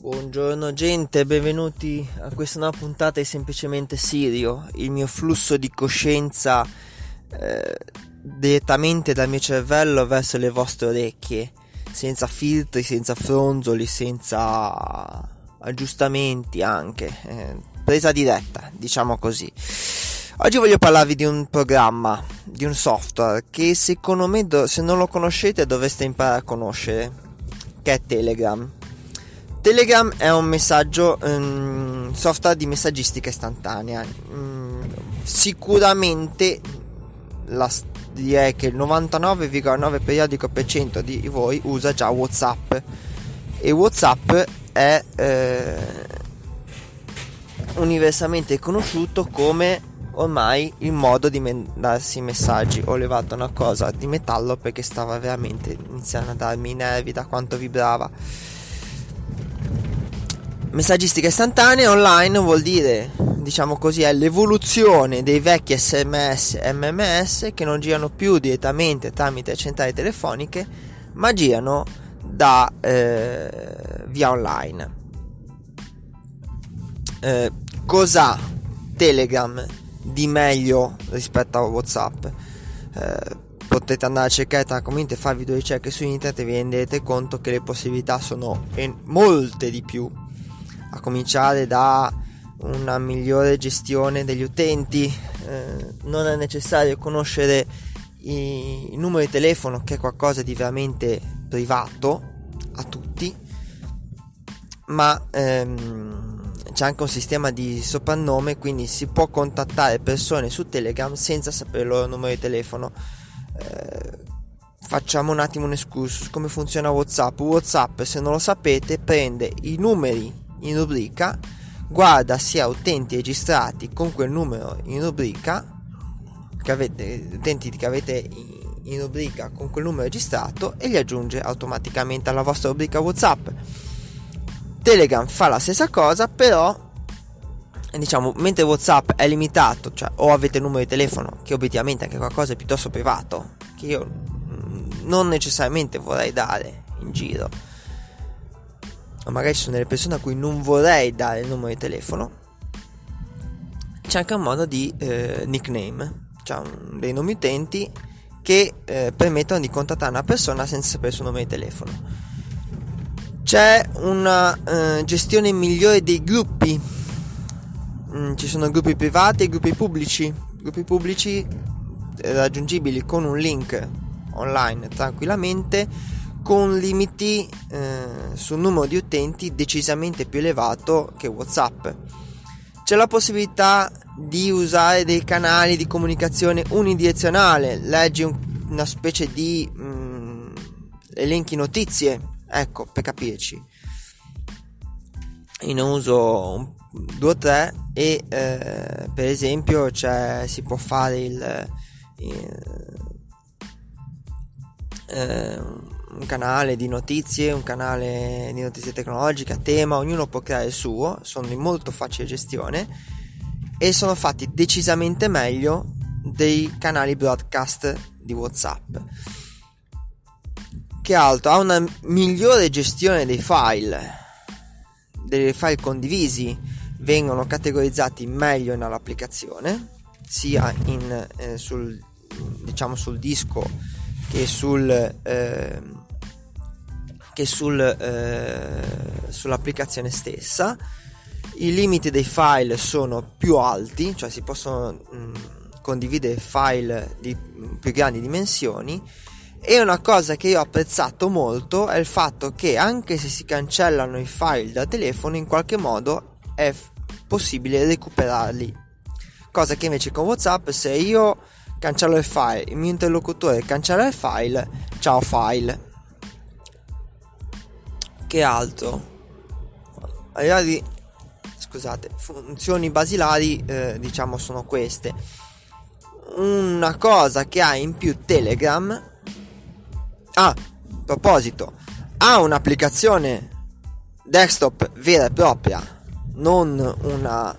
Buongiorno gente, benvenuti a questa nuova puntata di Semplicemente Sirio, il mio flusso di coscienza direttamente dal mio cervello verso le vostre orecchie, senza filtri, senza fronzoli, senza aggiustamenti anche, presa diretta, diciamo così. Oggi voglio parlarvi di un programma, di un software che secondo me se non lo conoscete dovreste imparare a conoscere, che è Telegram. Telegram è un software di messaggistica istantanea. Sicuramente direi che il 99,9% di voi usa già WhatsApp, e WhatsApp è universalmente conosciuto come ormai il modo di mandarsi messaggi. Ho levato una cosa di metallo perché stava veramente iniziando a darmi i nervi da quanto vibrava. Messaggistica istantanea online vuol dire, diciamo così, è l'evoluzione dei vecchi SMS, MMS che non girano più direttamente tramite centrali telefoniche, ma girano da via online. Cos'ha Telegram di meglio rispetto a WhatsApp? Potete andare a cercare tranquillamente, farvi due ricerche su internet e vi rendete conto che le possibilità sono molte di più, a cominciare da una migliore gestione degli utenti. Non è necessario conoscere i numeri di telefono, che è qualcosa di veramente privato a tutti, ma c'è anche un sistema di soprannome, quindi si può contattare persone su Telegram senza sapere il loro numero di telefono. Facciamo un attimo un excursus: come funziona WhatsApp. WhatsApp, se non lo sapete, prende i numeri in rubrica, guarda se ha utenti registrati con quel numero in rubrica utenti che avete in rubrica con quel numero registrato, e li aggiunge automaticamente alla vostra rubrica WhatsApp. Telegram fa la stessa cosa, però diciamo, mentre WhatsApp è limitato, cioè o avete il numero di telefono, che obiettivamente è anche qualcosa di piuttosto privato, che io non necessariamente vorrei dare in giro, o magari ci sono delle persone a cui non vorrei dare il numero di telefono, c'è anche un modo di nickname, cioè dei nomi utenti che permettono di contattare una persona senza sapere il suo numero di telefono. C'è una gestione migliore dei gruppi. Ci sono gruppi privati e gruppi pubblici raggiungibili con un link online tranquillamente, con limiti sul numero di utenti decisamente più elevato che WhatsApp. C'è la possibilità di usare dei canali di comunicazione unidirezionale, leggi una specie di elenchi notizie, ecco, per capirci. Io ne uso 2 o 3 e per esempio si può fare un canale di notizie, un canale di notizie tecnologiche a tema, ognuno può creare il suo, sono di molto facile gestione e sono fatti decisamente meglio dei canali broadcast di WhatsApp. Che altro? Ha una migliore gestione dei file condivisi, vengono categorizzati meglio nell'applicazione, sia sul disco che sull'applicazione stessa. I limiti dei file sono più alti, cioè si possono condividere file di più grandi dimensioni, e una cosa che io ho apprezzato molto è il fatto che anche se si cancellano i file da telefono, in qualche modo è possibile recuperarli, cosa che invece con WhatsApp, se io cancello il file, il mio interlocutore cancella il file, ciao file. Che altro? Funzioni basilari sono queste. Una cosa che ha in più Telegram, a proposito, ha un'applicazione desktop vera e propria, non una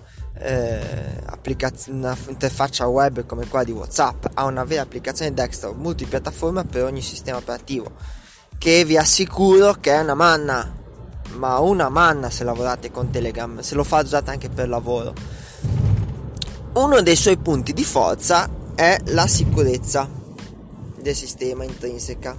interfaccia web come quella di WhatsApp. Ha una vera applicazione desktop multipiattaforma per ogni sistema operativo, che vi assicuro che è una manna, ma una manna se lavorate con Telegram, se lo usate anche per lavoro. Uno dei suoi punti di forza è la sicurezza del sistema intrinseca.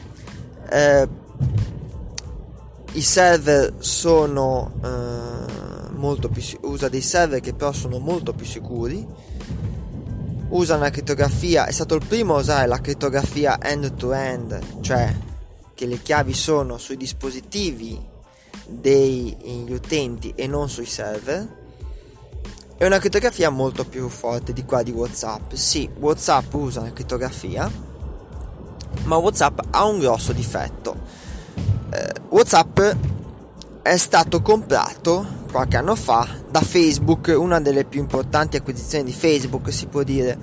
I server sono molto più usa dei server che però sono molto più sicuri. Usa una crittografia, è stato il primo a usare la crittografia end-to-end, cioè che le chiavi sono sui dispositivi degli utenti e non sui server. È una crittografia molto più forte di quella di WhatsApp. Sì, WhatsApp usa una crittografia, ma WhatsApp ha un grosso difetto. WhatsApp è stato comprato qualche anno fa da Facebook, una delle più importanti acquisizioni di Facebook, si può dire.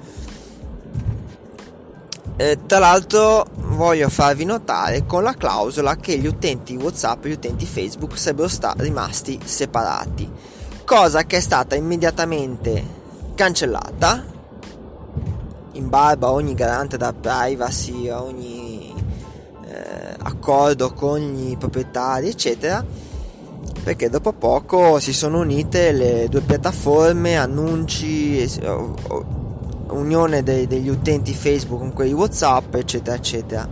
Tra l'altro voglio farvi notare con la clausola che gli utenti WhatsApp e gli utenti Facebook sarebbero rimasti separati, cosa che è stata immediatamente cancellata in barba a ogni garante da privacy, a ogni accordo con i proprietari eccetera, perché dopo poco si sono unite le due piattaforme, annunci, unione degli utenti Facebook con quelli WhatsApp eccetera eccetera.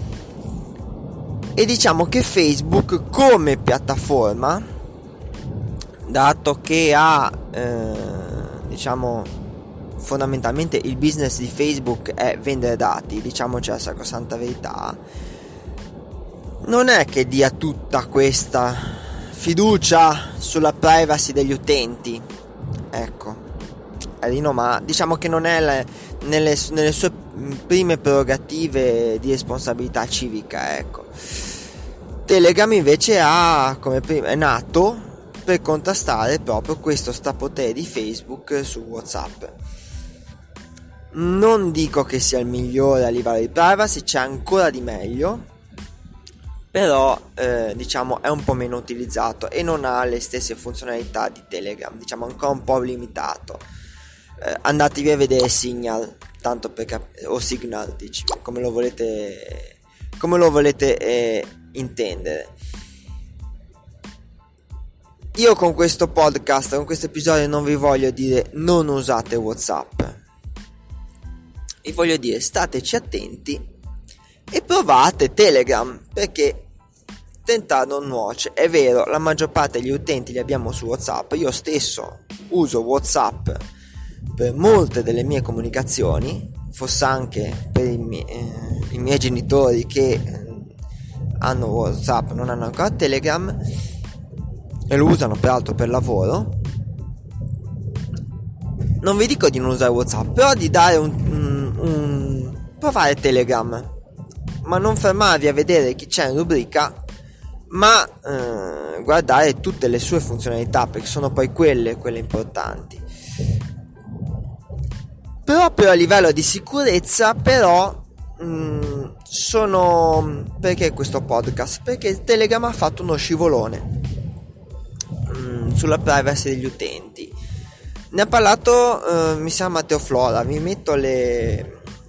E diciamo che Facebook come piattaforma, dato che ha diciamo fondamentalmente il business di Facebook è vendere dati, diciamoci la sacrosanta verità, non è che dia tutta questa fiducia sulla privacy degli utenti, ecco, ma diciamo che non è nelle sue prime prerogative di responsabilità civica, ecco. Telegram invece è nato per contrastare proprio questo strapotere di Facebook su WhatsApp. Non dico che sia il migliore a livello di privacy, c'è ancora di meglio, però diciamo è un po' meno utilizzato e non ha le stesse funzionalità di Telegram, diciamo ancora un po' limitato. Andatevi a vedere Signal, tanto per o Signal, come lo volete intendere. Io con questo podcast, con questo episodio non vi voglio dire non usate WhatsApp, vi voglio dire stateci attenti e provate Telegram, perché tentare non nuoce. È vero, la maggior parte degli utenti li abbiamo su WhatsApp, io stesso uso WhatsApp per molte delle mie comunicazioni, forse anche per i miei genitori che hanno WhatsApp, non hanno ancora Telegram e lo usano peraltro per lavoro. Non vi dico di non usare WhatsApp, però di dare provare Telegram, ma non fermarvi a vedere chi c'è in rubrica, ma guardare tutte le sue funzionalità, perché sono poi quelle importanti. Proprio a livello di sicurezza però perché questo podcast? Perché Telegram ha fatto uno scivolone sulla privacy degli utenti. Ne ha parlato mi sa Matteo Flora. Vi metto il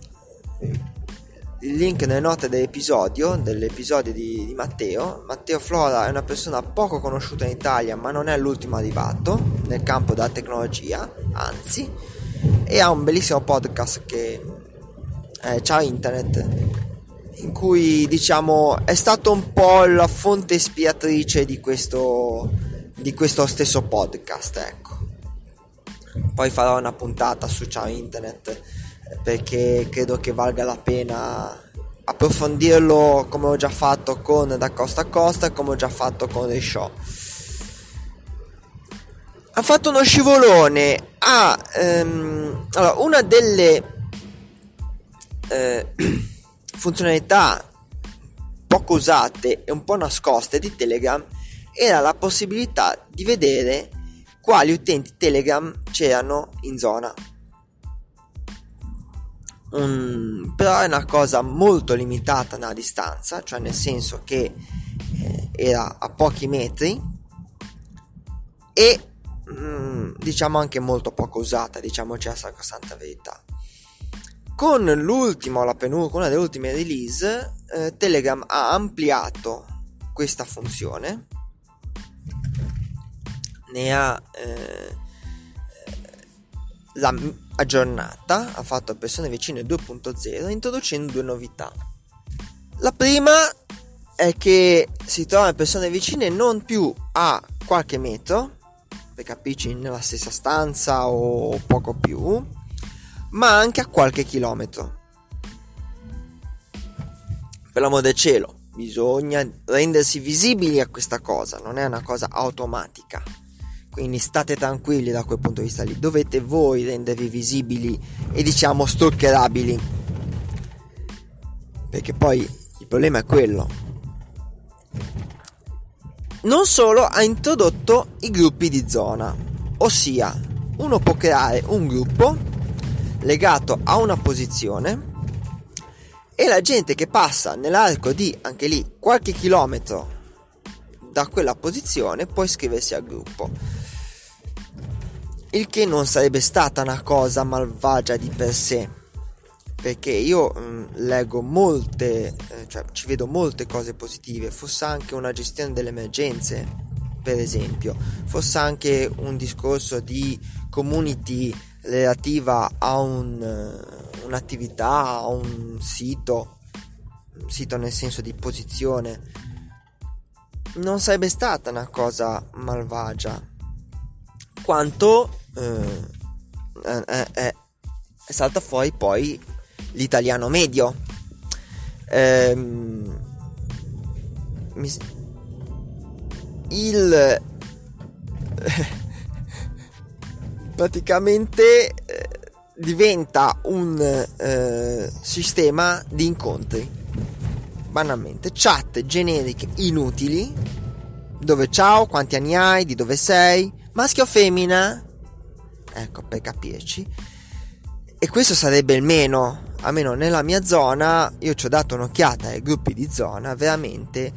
link nelle note dell'episodio di Matteo. Matteo Flora è una persona poco conosciuta in Italia, ma non è l'ultimo arrivato nel campo della tecnologia, anzi, e ha un bellissimo podcast che è Ciao Internet, in cui diciamo è stato un po' la fonte ispiratrice di questo stesso podcast, ecco. Poi farò una puntata su Ciao Internet, perché credo che valga la pena approfondirlo, come ho già fatto con Da Costa a Costa, come ho già fatto con The Show. Ha fatto uno scivolone allora, una delle funzionalità poco usate e un po' nascoste di Telegram era la possibilità di vedere quali utenti Telegram c'erano in zona. Però è una cosa molto limitata nella distanza, cioè nel senso che era a pochi metri e diciamo anche molto poco usata, diciamoci la sacrosanta verità. Con una delle ultime release Telegram ha ampliato questa funzione ne ha la aggiornata, ha fatto Persone Vicine 2.0 introducendo due novità. La prima è che si trovano persone vicine non più a qualche metro, per capirci nella stessa stanza o poco più, ma anche a qualche chilometro. Per l'amor del cielo, bisogna rendersi visibili a questa cosa, non è una cosa automatica. Quindi state tranquilli da quel punto di vista lì, dovete voi rendervi visibili e diciamo stalkerabili, perché poi il problema è quello. Non solo, ha introdotto i gruppi di zona, ossia uno può creare un gruppo legato a una posizione e la gente che passa nell'arco di, anche lì, qualche chilometro da quella posizione può iscriversi al gruppo. Il che non sarebbe stata una cosa malvagia di per sé, perché io leggo molte, cioè ci vedo molte cose positive, fosse anche una gestione delle emergenze, per esempio, fosse anche un discorso di community relativa a un'attività, a un sito nel senso di posizione, non sarebbe stata una cosa malvagia, quanto è salta fuori poi l'italiano medio. Praticamente diventa un sistema di incontri, banalmente chat generiche inutili, dove ciao, quanti anni hai, di dove sei, maschio o femmina, ecco, per capirci. E questo sarebbe il meno, almeno nella mia zona. Io ci ho dato un'occhiata ai gruppi di zona, veramente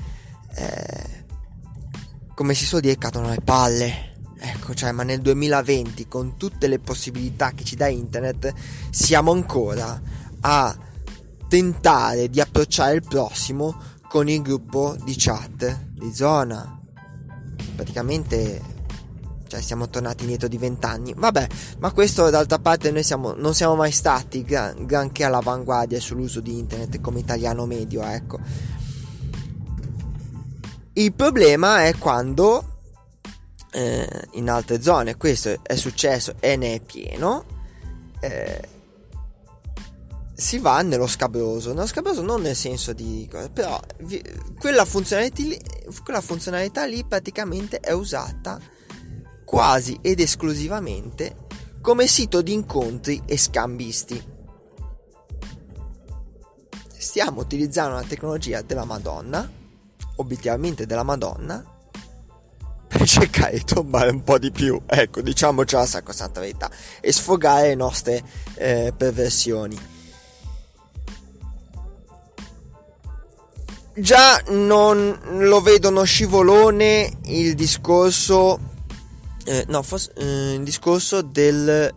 come si suol dire, cadono le palle, ecco, cioè, ma nel 2020 con tutte le possibilità che ci dà internet siamo ancora a tentare di approcciare il prossimo con il gruppo di chat di zona. Praticamente, cioè, siamo tornati indietro di 20 anni. Vabbè, ma questo d'altra parte noi non siamo mai stati granché all'avanguardia sull'uso di internet come italiano medio, ecco. Il problema è quando in altre zone questo è successo e ne è pieno, si va nello scabroso non nel senso di cosa, però quella funzionalità lì praticamente è usata quasi ed esclusivamente come sito di incontri e scambisti. Stiamo utilizzando una tecnologia della Madonna, obiettivamente della Madonna, per cercare di tombare un po' di più, ecco, diciamoci la sacrosanta verità, e sfogare le nostre perversioni. Già non lo vedo uno scivolone il discorso il discorso del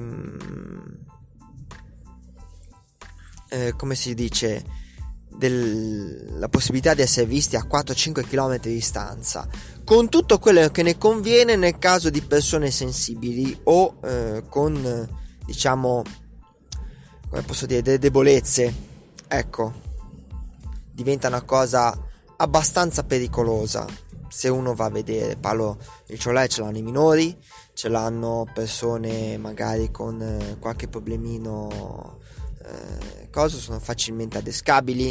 come si dice, della possibilità di essere visti a 4-5 km di distanza, con tutto quello che ne conviene nel caso di persone sensibili o con, diciamo, come posso dire, delle debolezze, ecco, diventa una cosa abbastanza pericolosa. Se uno va a vedere, parlo, il cellulare ce l'hanno i minori, ce l'hanno persone magari con qualche problemino, sono facilmente adescabili.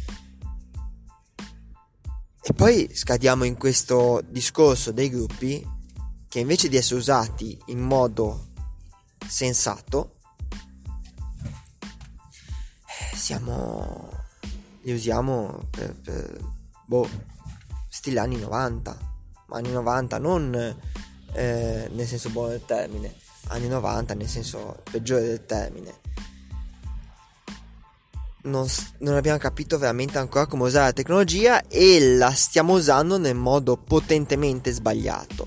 E poi scadiamo in questo discorso dei gruppi che invece di essere usati in modo sensato li usiamo per stile anni 90, ma anni 90 non nel senso buono del termine, anni 90 nel senso peggiore del termine. Non abbiamo capito veramente ancora come usare la tecnologia e la stiamo usando nel modo potentemente sbagliato.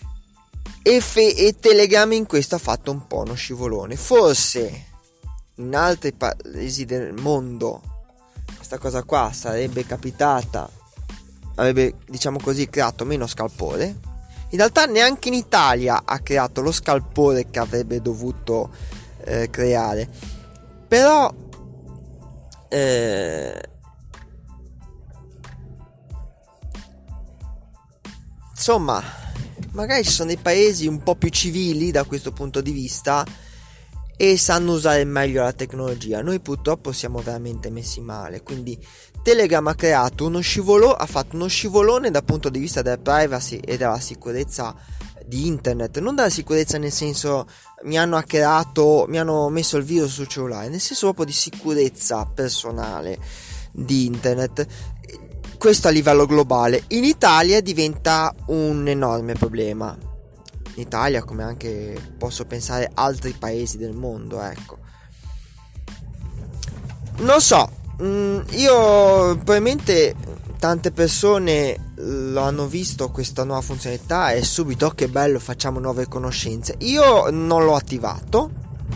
E Telegram in questo ha fatto un po' uno scivolone. Forse in altri paesi del mondo questa cosa qua sarebbe capitata, avrebbe, diciamo così, creato meno scalpore. In realtà neanche in Italia ha creato lo scalpore che avrebbe dovuto creare. Però insomma, magari ci sono dei paesi un po' più civili da questo punto di vista e sanno usare meglio la tecnologia. Noi purtroppo siamo veramente messi male. Quindi Telegram ha creato ha fatto uno scivolone dal punto di vista della privacy e della sicurezza di internet. Non della sicurezza nel senso mi hanno hackerato, mi hanno messo il virus sul cellulare, nel senso proprio di sicurezza personale di internet. Questo a livello globale. In Italia diventa un enorme problema. In Italia, come anche posso pensare altri paesi del mondo, ecco. Non so, io probabilmente tante persone lo hanno visto questa nuova funzionalità e subito oh, che bello, facciamo nuove conoscenze. Io non l'ho attivato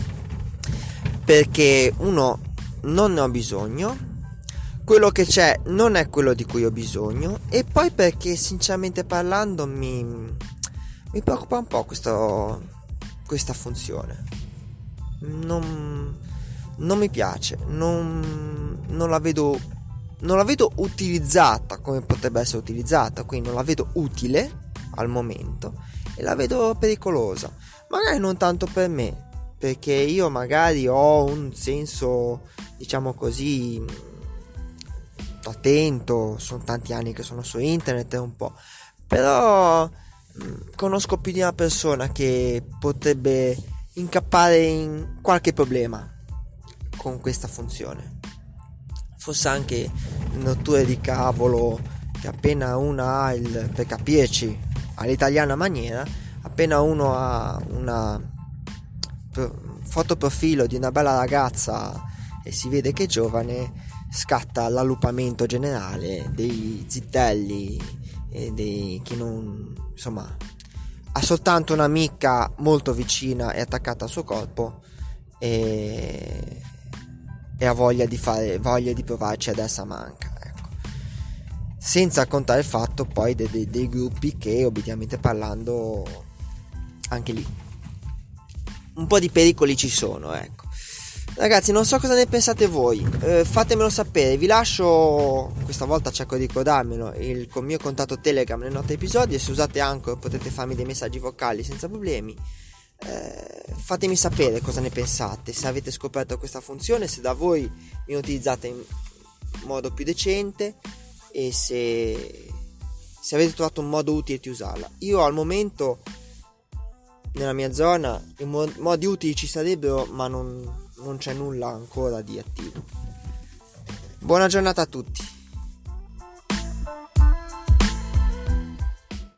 perché uno, non ne ho bisogno, quello che c'è non è quello di cui ho bisogno, e poi perché sinceramente parlando mi preoccupa un po' questa funzione. Non mi piace, non la vedo utilizzata come potrebbe essere utilizzata, quindi non la vedo utile al momento e la vedo pericolosa. Magari non tanto per me, perché io magari ho un senso, diciamo così, attento, sono tanti anni che sono su internet un po', però conosco più di una persona che potrebbe incappare in qualche problema con questa funzione. Forse anche rotture di cavolo, che appena una ha per capirci all'italiana maniera, appena uno ha una fotoprofilo di una bella ragazza e si vede che è giovane, scatta l'allupamento generale dei zitelli e dei chi non, insomma, ha soltanto un'amica molto vicina e attaccata al suo corpo e ha voglia di provarci adesso a manca, ecco. Senza contare il fatto poi dei gruppi che, obiettivamente parlando, anche lì un po' di pericoli ci sono, ecco. Ragazzi, non so cosa ne pensate voi, fatemelo sapere. Vi lascio, questa volta cerco di ricordarmelo, il mio contatto Telegram nelle note episodi, e se usate Anchor potete farmi dei messaggi vocali senza problemi. Fatemi sapere cosa ne pensate, se avete scoperto questa funzione, se da voi mi utilizzate in modo più decente e se avete trovato un modo utile di usarla. Io al momento nella mia zona i modi utili ci sarebbero, ma non c'è nulla ancora di attivo. Buona giornata a tutti.